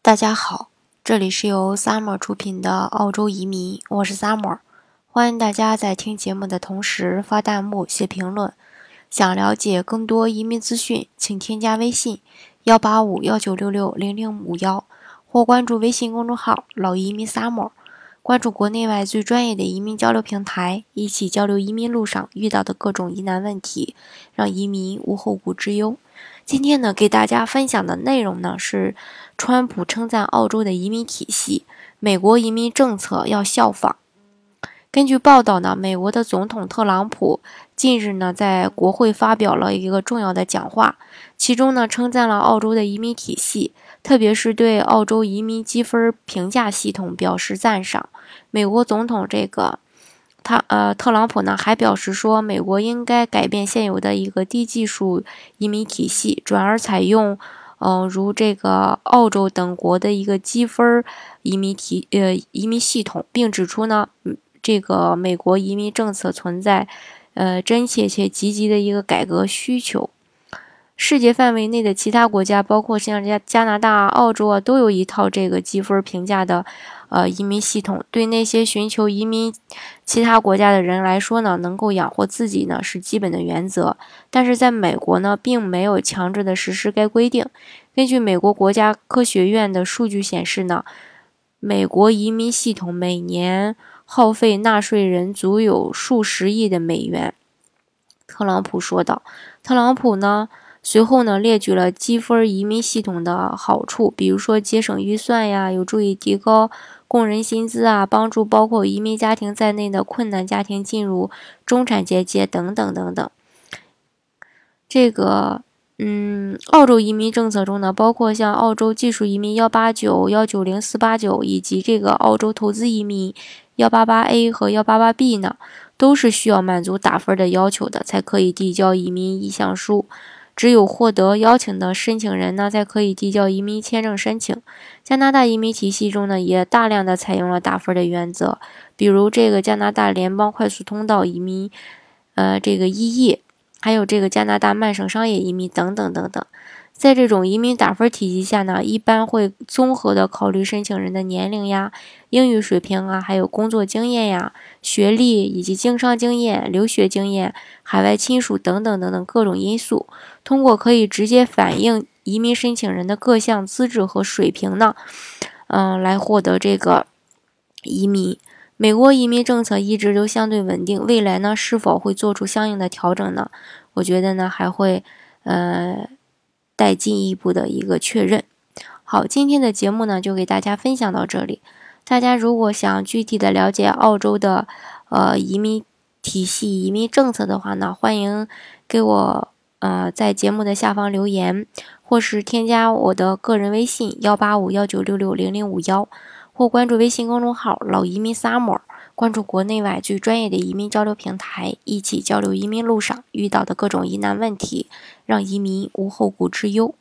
大家好，这里是由 Summer 出品的澳洲移民，我是 Summer， 欢迎大家在听节目的同时发弹幕、写评论。想了解更多移民资讯，请添加微信18519660051或关注微信公众号老移民 Summer， 关注国内外最专业的移民交流平台，一起交流移民路上遇到的各种疑难问题，让移民无后顾之忧。今天呢，给大家分享的内容呢是川普称赞澳洲的移民体系，美国移民政策要效仿。根据报道呢，美国的总统特朗普近日呢在国会发表了一个重要的讲话，其中呢称赞了澳洲的移民体系，特别是对澳洲移民积分评价系统表示赞赏。美国总统特朗普呢还表示说，美国应该改变现有的一个低技术移民体系，转而采用如这个澳洲等国的一个积分移民系统，并指出呢，这个美国移民政策存在真切且积极的一个改革需求。世界范围内的其他国家，包括像加拿大、澳洲啊，都有一套这个积分评价的移民系统。对那些寻求移民其他国家的人来说呢，能够养活自己呢是基本的原则。但是在美国呢，并没有强制的实施该规定。根据美国国家科学院的数据显示呢，美国移民系统每年耗费纳税人足有数十亿的美元。特朗普说道。特朗普呢随后呢列举了积分移民系统的好处，比如说节省预算呀，有助于提高工人薪资啊，帮助包括移民家庭在内的困难家庭进入中产阶级等等等等。这个澳洲移民政策中呢，包括像澳洲技术移民189、190-489以及这个澳洲投资移民188A 和188B 呢，都是需要满足打分的要求的，才可以递交移民意向书。只有获得邀请的申请人呢，才可以递交移民签证申请。加拿大移民体系中呢，也大量的采用了打分的原则，比如这个加拿大联邦快速通道移民，这个EE，还有这个加拿大曼省商业移民等等等等。在这种移民打分体系下呢，一般会综合的考虑申请人的年龄呀、英语水平啊，还有工作经验呀、学历以及经商经验、留学经验、海外亲属等等等等各种因素，通过可以直接反映移民申请人的各项资质和水平呢，来获得这个移民。美国移民政策一直都相对稳定，未来呢是否会做出相应的调整呢？我觉得呢还会待进一步的一个确认。好，今天的节目呢就给大家分享到这里。大家如果想具体的了解澳洲的移民体系、移民政策的话呢，欢迎给我在节目的下方留言，或是添加我的个人微信18519660051，或关注微信公众号老移民 Summer， 关注国内外最专业的移民交流平台，一起交流移民路上遇到的各种疑难问题，让移民无后顾之忧。